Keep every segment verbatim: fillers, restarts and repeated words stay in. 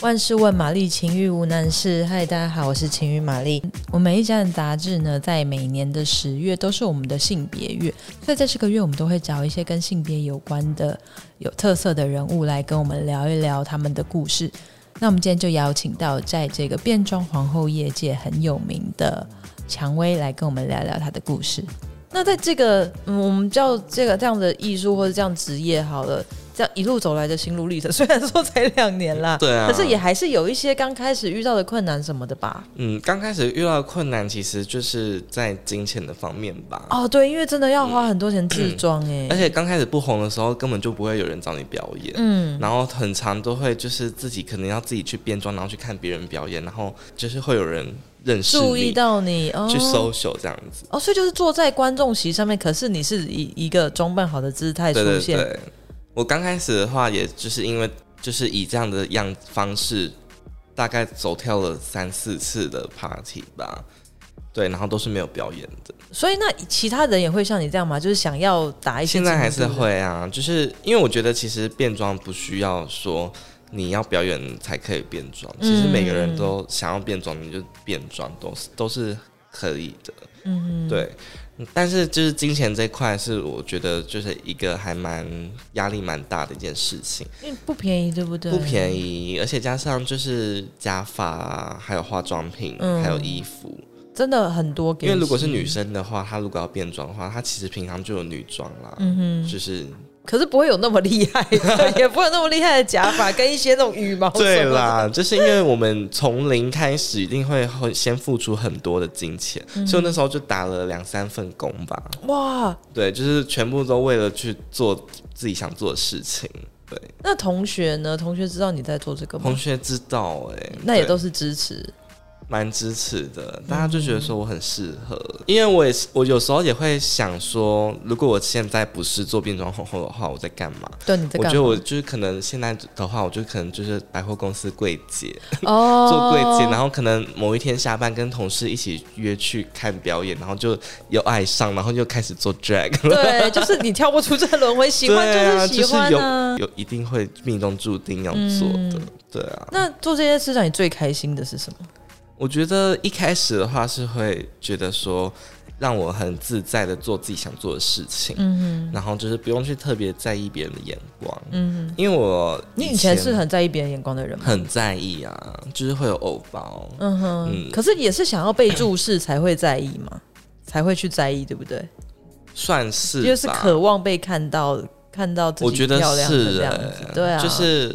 万事问玛丽，情欲无难事。嗨，大家好，我是情欲玛丽。我们一家人杂志呢，在每年的十月都是我们的性别月，所以在这个月我们都会找一些跟性别有关的、有特色的人物来跟我们聊一聊他们的故事。那我们今天就邀请到在这个变装皇后业界很有名的蔷薇来跟我们聊聊她的故事。那在这个、嗯、我们叫这个这样的艺术或者这样职业好了，这样一路走来的心路历程，虽然说才两年啦， 对啊， 可是也还是有一些刚开始遇到的困难什么的吧。 嗯，刚开始遇到的困难其实就是在金钱的方面吧。 哦，对，因为真的要花很多钱自装哎、嗯， 而且刚开始不红的时候根本就不会有人找你表演，嗯，然后很常都会就是自己可能要自己去变装，然后去看别人表演，然后就是会有人认识你， 注意到你，哦、 去 social 这样子。 哦，所以就是坐在观众席上面，可是你是以一个装扮好的姿态出现。 对对对，我刚开始的话，也就是因为就是以这样的样方式，大概走跳了三四次的 party 吧，对，然后都是没有表演的。 所以那其他人也会像你这样吗？就是想要打一些？ 现在还是会啊，就是因为我觉得其实变装不需要说你要表演才可以变装，其实每个人都想要变装，你就变装都是都是可以的。嗯，对。但是就是金钱这一块是我觉得就是一个还蛮压力蛮大的一件事情， 因为不便宜，对不对？ 不便宜，而且加上就是假发啊，还有化妆品，嗯、还有衣服，真的很多给。 因为如果是女生的话，她如果要变装的话，她其实平常就有女装啦，嗯哼，就是。 可是不会有那么厉害的，也不会有那么厉害的假发跟一些那种羽毛。 对啦，就是因为我们从零开始，一定会先付出很多的金钱，嗯、所以那时候就打了两三份工吧。哇，对，就是全部都为了去做自己想做的事情。对， 那同学呢？同学知道你在做这个吗？ 同学知道哎、欸， 那也都是支持。 蛮支持的，大家就觉得说我很适合，嗯、因为我也我有时候也会想说，如果我现在不是做变装皇后的话，我在干嘛？ 对，你在干嘛？ 我觉得我就是可能现在的话，我就可能就是百货公司柜姐，哦，做柜姐，然后可能某一天下班跟同事一起约去看表演，然后就有爱上，然后又开始做 drag。 对，就是你跳不出这轮回，喜欢就是喜欢啊， 啊就是、有, 有一定会命中注定要做的，嗯、对啊。 那做这件事让你最开心的是什么？ 我觉得一开始的话是会觉得说，让我很自在的做自己想做的事情，嗯、然后就是不用去特别在意别人的眼光，嗯、因为我你以前是很在意别人眼光的人吗？ 很在意啊，就是会有偶包， 嗯哼，嗯可是也是想要被注视才会在意嘛，才会去在意，对不对？ 算是吧， 就是渴望被看到，看到自己漂亮的这样子， 欸、 对啊， 就是。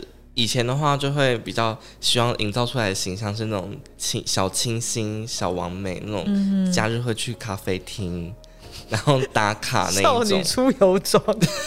以前的话就会比较希望营造出来的形象是那种清小清新、小完美那种，假日会去咖啡厅，然后打卡那一种。 少女出游装，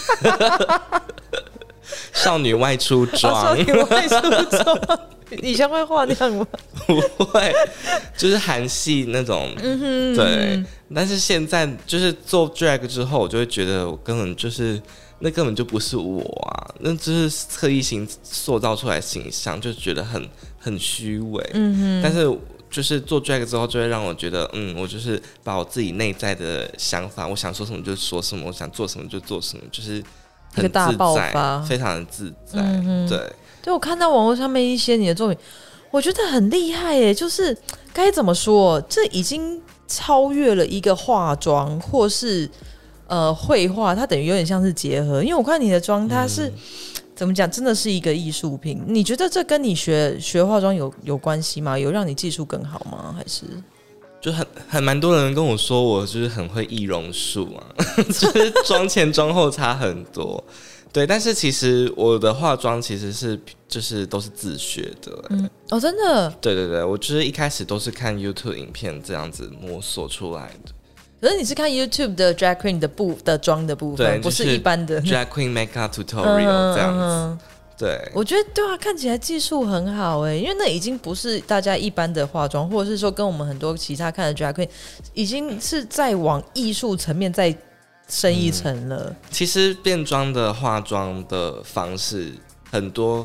少女外出装， 啊、少女外出装。你以前会画那样吗？ 不会，就是韩系那种。嗯、对，但是现在就是做 drag 之后，我就会觉得我根本就是。那根本就不是我啊，那只是刻意形塑造出来的形象，就觉得很很虚伪。嗯，但是就是做 drag 之后，就会让我觉得，嗯，我就是把我自己内在的想法，我想说什么就说什么，我想做什么就做什么，就是很自在，一个大爆发，非常的自在。嗯、对， 对我看到网络上面一些你的作品，我觉得很厉害耶，就是该怎么说，这已经超越了一个化妆或是。呃，绘画它等于有点像是结合，因为我看你的妆，它是、嗯、怎么讲，真的是一个艺术品。你觉得这跟你学学化妆有有关系吗？有让你技术更好吗？还是就很很蛮多人跟我说，我就是很会易容术啊，就是妆前妆后差很多。对，但是其实我的化妆其实是就是都是自学的、欸。嗯， 哦，真的？ 对对对，我就是一开始都是看 YouTube 影片这样子摸索出来的。 可是你是看 YouTube 的 Drag Queen 的部的妆的部分，不是一般的 Drag Queen Makeup Tutorial 这样子。嗯、对， 我觉得对啊，看起来技术很好哎、欸，因为那已经不是大家一般的化妆，或者是说跟我们很多其他看的 Drag Queen 已经是在往艺术层面再深一层了、嗯。 其实变装的化妆的方式很多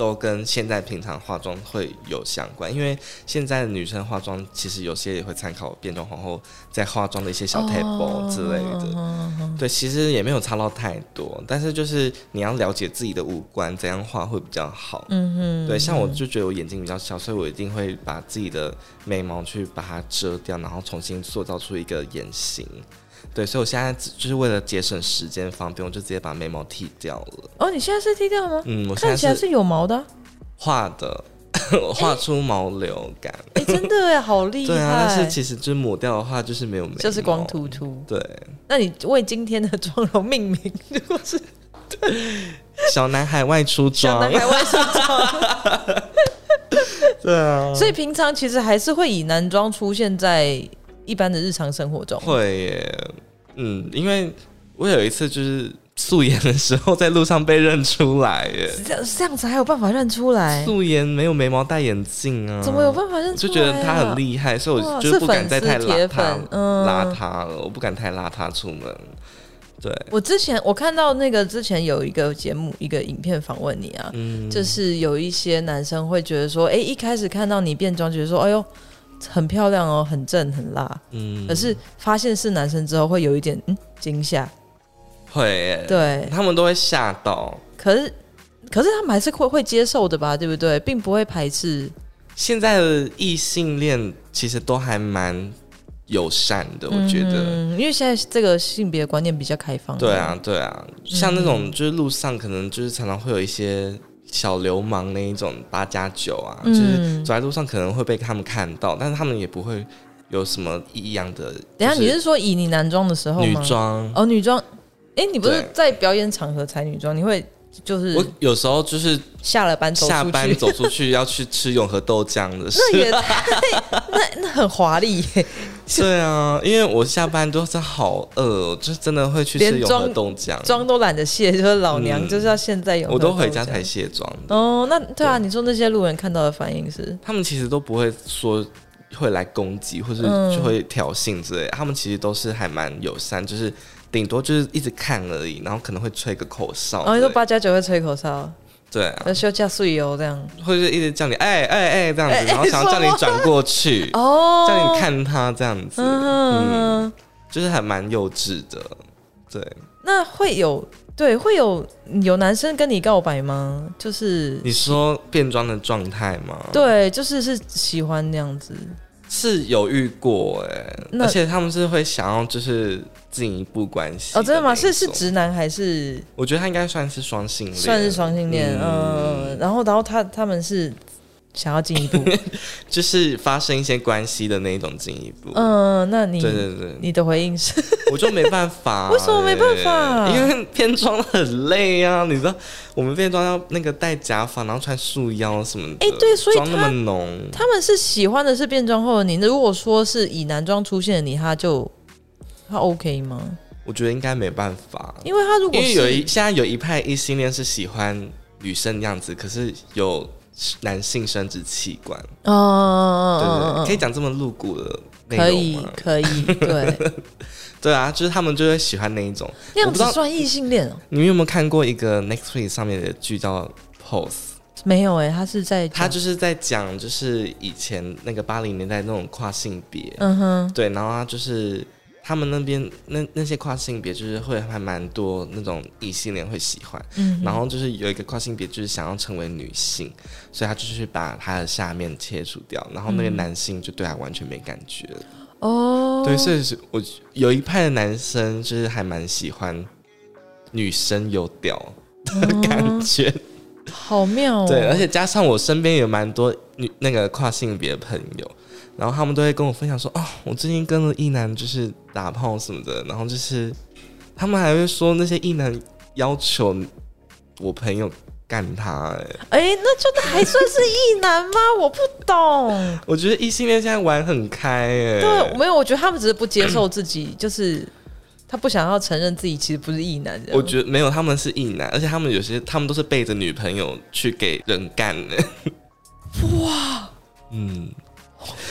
都跟现在平常化妆会有相关，因为现在的女生化妆其实有些也会参考变装皇后在化妆的一些小 table 之类的、哦、对，其实也没有差到太多，但是就是你要了解自己的五官怎样画会比较好。嗯哼，对，像我就觉得我眼睛比较小，所以我一定会把自己的眉毛去把它遮掉，然后重新塑造出一个眼型。对，所以我现在就是为了节省时间方便，我就直接把眉毛剃掉了。 哦，你现在是剃掉吗？ 嗯，我现在看起来是有毛的、啊， 画的，画出毛流感。 哎、欸，真的哎，好厉害！ 对啊，但是其实就是抹掉的话，就是没有眉毛， 就是光秃秃。 对， 那你为今天的妆容命名，如果是小男孩外出妆， 小男孩外出妆。 对啊， 所以平常其实还是会以男装出现在一般的日常生活中。 会耶，嗯，因为我有一次就是素颜的时候在路上被认出来耶， 这样这样子还有办法认出来？ 素颜没有眉毛戴眼镜啊， 怎么有办法认出来、啊？ 就觉得他很厉害，所以我就不敢再太邋遢、嗯、邋遢了，我不敢太邋遢出门。对， 我之前我看到那个之前有一个节目一个影片访问你啊、嗯，就是有一些男生会觉得说，哎、欸，一开始看到你变装觉得说，哎呦很漂亮哦，很正很辣，嗯，可是发现是男生之后会有一点嗯惊吓， 会耶， 对， 他们都会吓到， 可是可是他们还是会会接受的吧，对不对？并不会排斥。 现在的异性恋其实都还蛮友善的，我觉得、嗯、 因为现在这个性别观念比较开放。 对啊对啊，像那种就是路上可能就是常常会有一些小流氓那一种八加九啊、嗯、就是走在路上可能会被他们看到，但是他们也不会有什么异样的、就是、 等一下你是说以你男装的时候吗？ 女装哦，女装，哎，你不是在表演场合才女装，你会就是我有时候就是下了班走出去， 下班走出去要去吃永和豆浆的事， 那也太那那很华丽耶。 对啊，因为我下班都是好饿，就真的会去吃永和豆浆， 妆都懒得卸，就是老娘就是要现在永和豆浆、嗯、我都回家才卸妆的。 哦，那对啊，你说那些路人看到的反应是？ 他们其实都不会说会来攻击或是就会挑衅之类的、嗯，他们其实都是还蛮友善，就是顶多就是一直看而已，然后可能会吹个口哨。 哦，你说八加九会吹口哨？对啊， 要休假睡哦，这样， 或者一直叫你哎哎哎这样子，然后想要叫你转过去，哦，叫你看他这样子，嗯，嗯就是还蛮幼稚的，对。 那会有对会有有男生跟你告白吗？就是你说变装的状态吗？ 对，就是是喜欢那样子。 是有遇过哎、欸，而且他们是会想要就是进一步关系哦，真的吗？是是直男还是？ 我觉得他应该算是双性恋， 算是双性恋，嗯、呃，然后然后他他们是想要进一步， 就是发生一些关系的那种进一步。 嗯、呃，那你对对对， 你的回应是？ 我就没办法、欸， 为什么没办法？ 因为变装很累啊，你知道，我们变装要那个戴假发，然后穿束腰什么的， 哎、欸，对，所以妆那么浓， 他们是喜欢的是变装后的你。如果说是以男装出现的你，他就他 OK 吗？ 我觉得应该没办法， 因为他如果是因为有一现在有一派异性恋是喜欢女生样子，可是有男性生殖器官哦，对对，可以讲这么露骨的内容吗？ 可以可以，对对啊，就是他们就会喜欢那一种， 那样子算异性恋哦。 你们有没有看过一个 Netflix 上面的剧叫 Pose？ 没有哎、欸，他是在他就是在讲就是以前那个八零年代那种跨性别，嗯哼，对，然后他就是他们那边那那些跨性别就是会还蛮多那种异性恋会喜欢，嗯，然后就是有一个跨性别就是想要成为女性，所以他就去把他的下面切除掉，然后那个男性就对他完全没感觉了。哦，对，所以是我有一派的男生就是还蛮喜欢女生有屌的感觉。哦， 好妙哦！ 对，而且加上我身边有蛮多女那个跨性别朋友，然后他们都会跟我分享说，哦，我最近跟了异男就是打炮什么的，然后就是他们还会说那些异男要求我朋友干他、欸，哎、 欸，那就还算是异男吗？我不懂。 我觉得异性恋现在玩很开、欸，哎， 对，没有，我觉得他们只是不接受自己，就是他不想要承认自己其实不是异男。 我觉得没有，他们是异男，而且他们有些他们都是背着女朋友去给人干的。哇，嗯，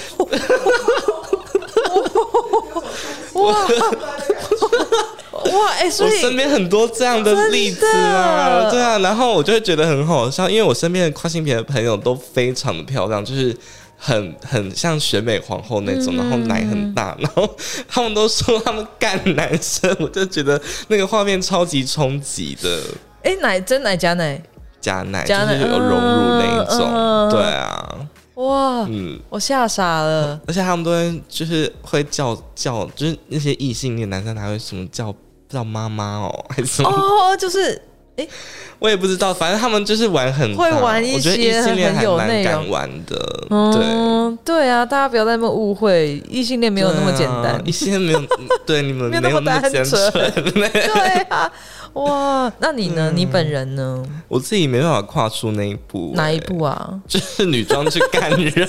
哇哇， 哎、欸，所以我身边很多这样的例子啊，对啊，然后我就会觉得很好笑，因为我身边的跨性别的朋友都非常的漂亮，就是很很像选美皇后那种，然后奶很大，然后他们都说他们干男生，我就觉得那个画面超级冲击的。 哎、欸，奶真奶假奶？ 假奶就是有融入那一种，嗯、对啊。 哇，嗯，我吓傻了。 而且他们都会就是会叫叫，就是那些异性恋男生还会什么叫叫妈妈哦，还是什么？ 哦，就是哎，欸、 我也不知道，反正他们就是玩很大， 会玩一些很有内容玩的。 嗯，对对啊，大家不要再那么误会，异性恋没有那么简单， 啊、异性恋没有对你们没有那么单纯。 对啊，哇，那你呢？嗯、你本人呢？ 我自己没办法跨出那一步、欸。 哪一步啊？ 就是女装去干人。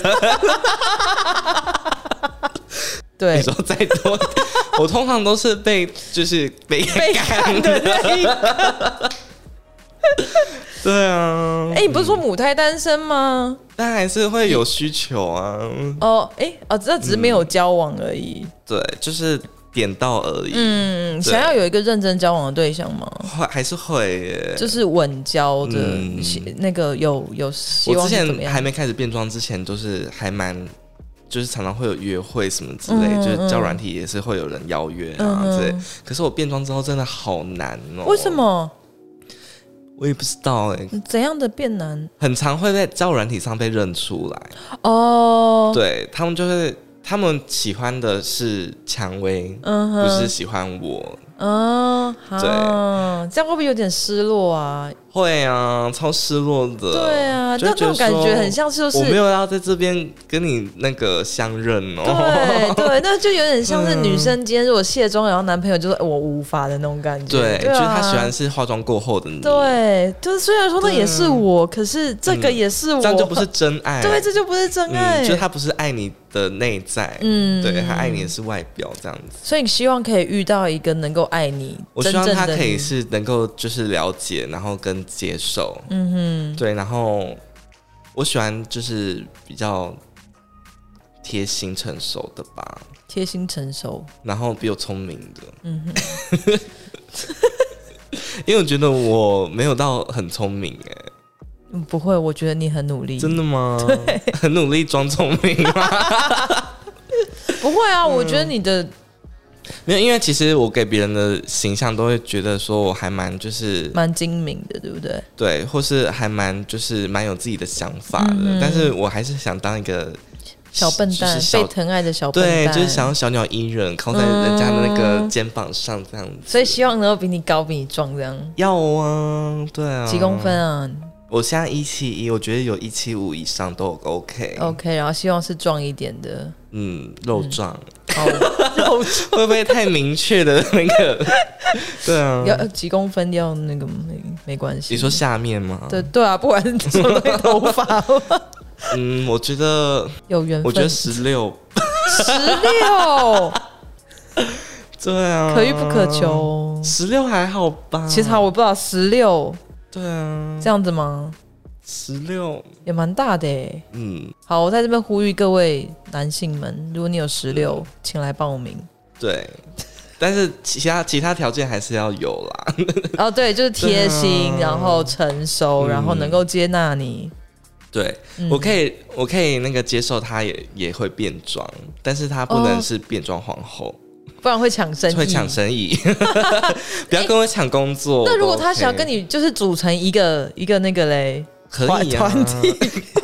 对， 你说再多，我通常都是被就是被被干的那一个。 对啊， 哎、欸，你不是说母胎单身吗？ 但还是会有需求啊。 哦，哎、欸，哦，这只是没有交往而已。 嗯、对，就是点到而已。 嗯，想要有一个认真交往的对象吗？ 会还是会耶， 就是稳交的、嗯、那个有有希望。 我之前还没开始变装之前，就是还蛮。就是常常会有约会什么之类，嗯、就是交软体也是会有人邀约啊之类。嗯、可是我变装之后真的好难哦。 为什么？ 我也不知道哎、 欸。怎样的变难？ 很常会在交友软体上被认出来。 哦。 对，他们就是他们喜欢的是蔷薇，嗯、不是喜欢我。 嗯， 对， 这样会不会有点失落啊？ 会啊，超失落的。 对啊，那种感觉很像是， 我没有要在这边跟你那个相认哦。 对对，那就有点像是女生今天如果卸妆，然后男朋友就说、欸、我无法的那种感觉。 对， 对啊、 就是他喜欢是化妆过后的你。 对，就是虽然说那也是我，可是这个也是我，嗯、 这样就不是真爱。 对，这就不是真爱。 嗯、就是他不是爱你的内在，嗯，对，他爱你的是外表这样子。 所以你希望可以遇到一个能够爱你， 我希望他可以是能够就是了解，然后跟接受，嗯哼，对，然后我喜欢就是比较贴心成熟的吧， 贴心成熟， 然后比我聪明的，嗯哼，因为我觉得我没有到很聪明哎、欸。 嗯，不会，我觉得你很努力。 真的吗？对，很努力装聪明吗？ 不会啊，我觉得你的、嗯、 没有，因为其实我给别人的形象都会觉得说我还蛮就是蛮精明的，对不对？ 对，或是还蛮就是蛮有自己的想法的，嗯、但是我还是想当一个小笨蛋，就是、被疼爱的小笨蛋， 对，就是想要小鸟依人，靠在人家的那个肩膀上这样子， 所以希望能够比你高，比你壮这样。 要啊，对啊， 几公分啊？ 我现在一七一，我觉得有一七五以上都 OK。 OK， 然后希望是壮一点的， 嗯，肉壮。 好、嗯，肉壮会不会太明确的那个？对啊， 要几公分要那个没没关系。 你说下面吗？ 对对啊，不管是什么头发。 嗯，我觉得有缘分。 我觉得十六， 十六。 对啊， 可遇不可求。 十六还好吧？ 其实我不知道十六。 对啊， 这样子吗？ 十六也蛮大的耶。嗯，好，我在这边呼吁各位男性们，如果你有十六、嗯，请来报名。 对，但是其他其他条件还是要有啦。 哦，对，就是贴心、啊，然后成熟、嗯，然后能够接纳你。 对、嗯，我可以，我可以那个接受他也也会变装，但是他不能是变装皇后。哦， 不然会抢生意， 会抢生意，不要跟我抢工作。 欸、那如果他想要跟你就是组成一个一个那个嘞， 可以啊，团体。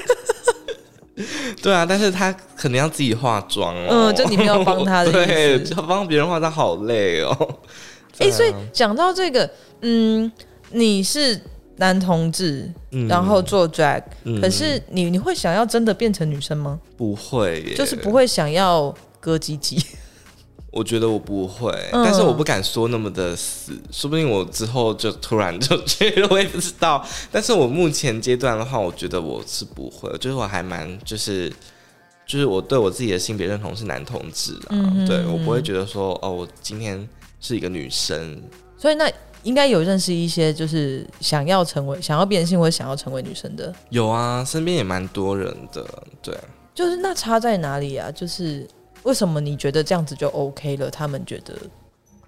对啊，但是他可能要自己化妆哦。 嗯，就你们要帮他的意思。 对，要帮别人化妆好累哦。 哎、欸，所以讲到这个，嗯，你是男同志，嗯、然后做 drag，、嗯、可是你你会想要真的变成女生吗？ 不会耶， 就是不会想要割鸡鸡。 我觉得我不会、嗯，但是我不敢说那么的死，说不定我之后就突然就觉得，我也不知道。但是我目前阶段的话，我觉得我是不会，就是我还蛮就是就是我对我自己的性别认同是男同志啊，嗯、对我不会觉得说哦，我今天是一个女生。 所以那应该有认识一些就是想要成为想要变性或者想要成为女生的， 有啊，身边也蛮多人的，对。 就是那差在哪里啊？就是。为什么你觉得这样子就 OK 了？他们觉得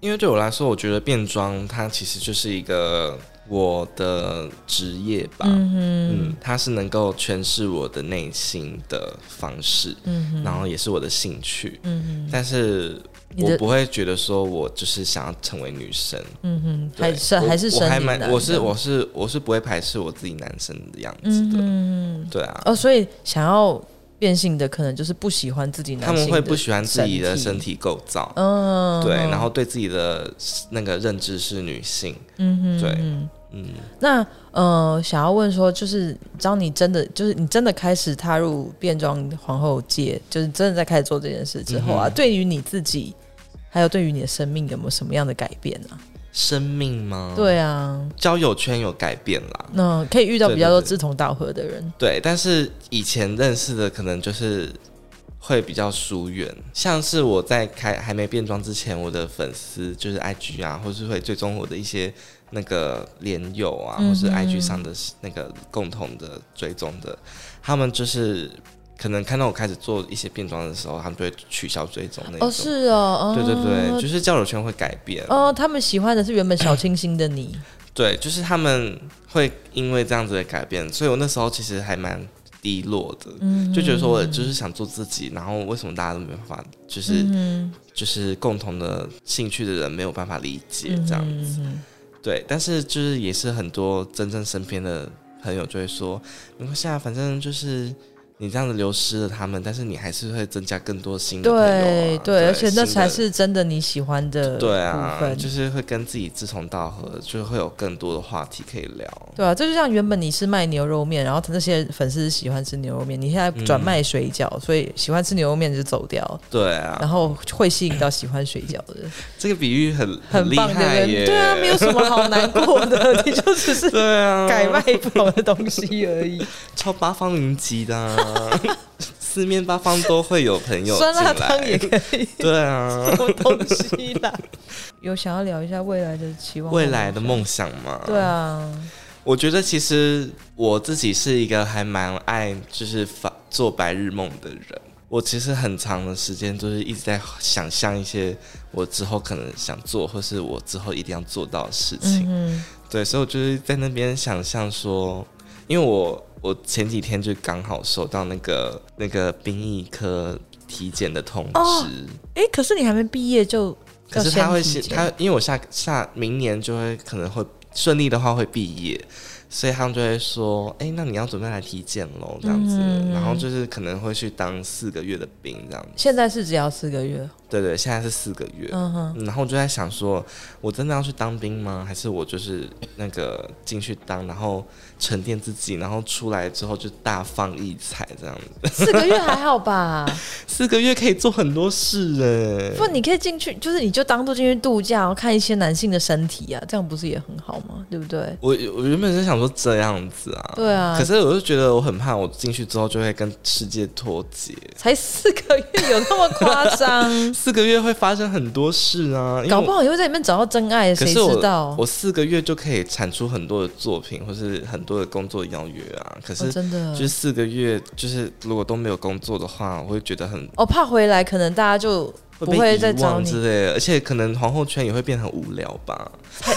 因为对我来说，我觉得变装它其实就是一个我的职业吧，嗯嗯，它是能够诠释我的内心的方式，嗯，然后也是我的兴趣，嗯，但是我不会觉得说我就是想要成为女生，嗯哼， 还是还是生理男， 我是我是我是不会排斥我自己男生的样子的，嗯，对啊， 哦，所以想要变性的可能就是不喜欢自己男性的身体， 他们会不喜欢自己的身体构造，嗯，对，然后对自己的那个认知是女性，嗯哼，对，嗯， 那呃，想要问说，就是当你真的就是你真的开始踏入变装皇后界，就是真的在开始做这件事之后啊，嗯、对于你自己还有对于你的生命有没有什么样的改变啊？ 生命吗？ 对啊， 交友圈有改变啦， 那可以遇到比较多志同道合的人。 对， 对， 对，但是以前认识的可能就是会比较疏远，像是我在开还没变装之前，我的粉丝就是 I G 啊，或是会追踪我的一些那个连友啊，嗯、或是 I G 上的那个共同的追踪的，他们就是可能看到我开始做一些变装的时候，他们就会取消追踪那种。 哦，是哦， 对对对，就是交友圈会改变。 哦，他们喜欢的是原本小清新的你。 对，就是他们会因为这样子的改变，所以我那时候其实还蛮低落的，嗯、就觉得说我就是想做自己，然后为什么大家都没办法，就是、嗯、就是共同的兴趣的人没有办法理解这样子。嗯、对，但是就是也是很多真正身边的朋友就会说，没关系啊，反正就是你这样子流失了他们，但是你还是会增加更多新的朋友、啊、 对 对, 对，而且那才是真的你喜欢的部分。 对啊，就是会跟自己志同道合，就会有更多的话题可以聊。 对啊，这就像原本你是卖牛肉面，然后那些粉丝喜欢吃牛肉面，你现在转卖水饺、嗯、所以喜欢吃牛肉面就走掉。 对啊， 然后会吸引到喜欢水饺的人。 这个比喻很很厉害耶。 对啊，没有什么好难过的，你就只是改卖不同的东西而已。 超八方云集的、啊。四面八方都会有朋友进来， 酸辣汤也可以。 对啊， 什么东西啦？有想要聊一下未来的期望、 未来的梦想吗？ 对啊， 我觉得其实我自己是一个还蛮爱就是做白日梦的人。我其实很长的时间就是一直在想象一些我之后可能想做，或是我之后一定要做到的事情。嗯、对，所以我就是在那边想象说，因为我。我前几天就刚好收到那个那个殡仪科体检的通知。哦， 哎，可是你还没毕业就， 可是他会先他，因为我下下明年就会可能会顺利的话会毕业，所以他们就会说，哎，那你要准备来体检咯，这样子，嗯、然后就是可能会去当四个月的兵这样子。 现在是只要四个月。 对对，现在是四个月。嗯哼，然后我就在想说，我真的要去当兵吗？还是我就是那个进去当，然后沉淀自己，然后出来之后就大放异彩这样子？ 四个月还好吧？ 四个月可以做很多事哎。 不，你可以进去，就是你就当做进去度假，然后看一些男性的身体啊，这样不是也很好吗？对不对？ 我我原本是想说这样子啊， 对啊。 可是我就觉得我很怕，我进去之后就会跟世界脱节。 才四个月有那么夸张？ 四个月会发生很多事啊， 搞不好你会在里面找到真爱，谁知道？ 我, 我四个月就可以产出很多的作品，或是很多的工作邀约啊。可是真的就是四个月，就是如果都没有工作的话，我会觉得很哦，怕回来可能大家就不会再找你之类的，而且可能皇后圈也会变得很无聊吧。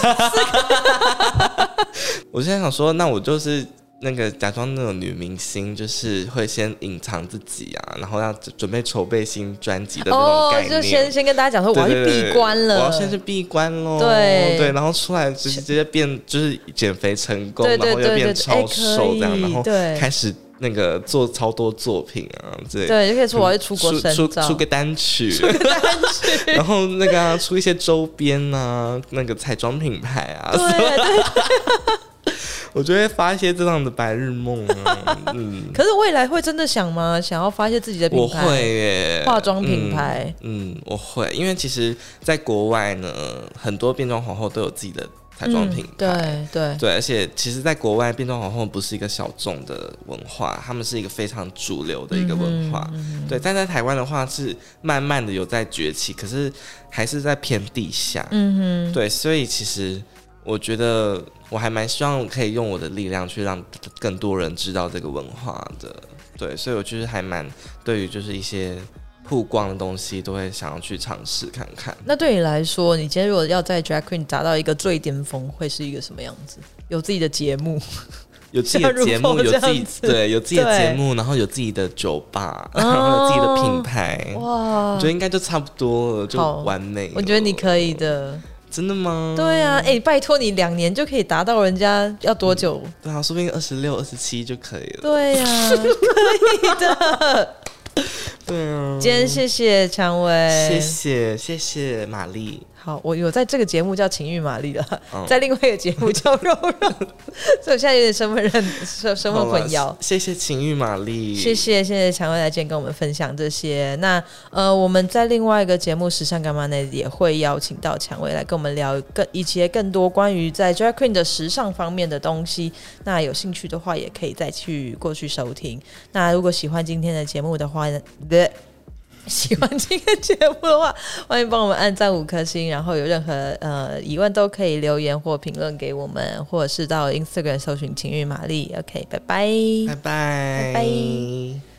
我现在想说，那我就是那个假装那种女明星，就是会先隐藏自己啊，然后要准备筹备新专辑的那种概念， 哦、就先先跟大家讲说我要去闭关了， 我要先去闭关咯。 对对，然后出来直接变就是减肥成功，对对对对，然后又变超瘦这样，欸、然后开始那个做超多作品啊之类的， 对，就可以说我要出国深造， 出出个单曲， 出个单曲， 然后那个、啊、出一些周边啊，那个彩妆品牌啊， 对对对。 我就会发一些这样的白日梦啊，嗯。 可是未来会真的想吗？想要发一些自己的品牌？ 我会耶， 化妆品牌嗯。嗯，我会，因为其实在国外呢，很多变装皇后都有自己的彩妆品牌， 嗯、对对对，而且其实，在国外变装皇后不是一个小众的文化，他们是一个非常主流的一个文化，嗯嗯、对。但在台湾的话，是慢慢的有在崛起，可是还是在偏地下，嗯哼，对，所以其实。我觉得我还蛮希望可以用我的力量去让更多人知道这个文化的，对，所以我就是还蛮对于就是一些曝光的东西，都会想要去尝试看看。 那对你来说，你今天如果要在 Drag Queen 达到一个最巅峰，会是一个什么样子？有自己的节目， 有自己的节目，有自己对，有自己的节目，然后有自己的酒吧，哦、然后有自己的品牌。哇，我觉得应该就差不多了，就完美了。 我觉得你可以的。 真的吗？ 对啊，哎、欸，拜托你两年就可以达到人家要多久？ 嗯、对啊，说不定二十六、二十七就可以了。 对啊，可以的。 对啊， 今天谢谢蔷薇， 谢谢谢谢玛丽。 好，我有在这个节目叫情欲玛丽了、嗯，在另外一个节目叫肉肉，所以我现在有点身份认身身份混淆。 谢谢情欲玛丽， 谢谢谢谢蔷薇来今天跟我们分享这些。那呃，我们在另外一个节目《时尚干妈内》也会邀请到蔷薇来跟我们聊更一些更多关于在 Drag Queen 的时尚方面的东西。那有兴趣的话，也可以再去过去收听。那如果喜欢今天的节目的话，对。喜欢今天节目的话，欢迎帮我们按赞五颗星，然后有任何呃疑问都可以留言或评论给我们，或者是到 Instagram 搜寻情欲玛丽。OK， 拜拜， 拜拜， 拜拜。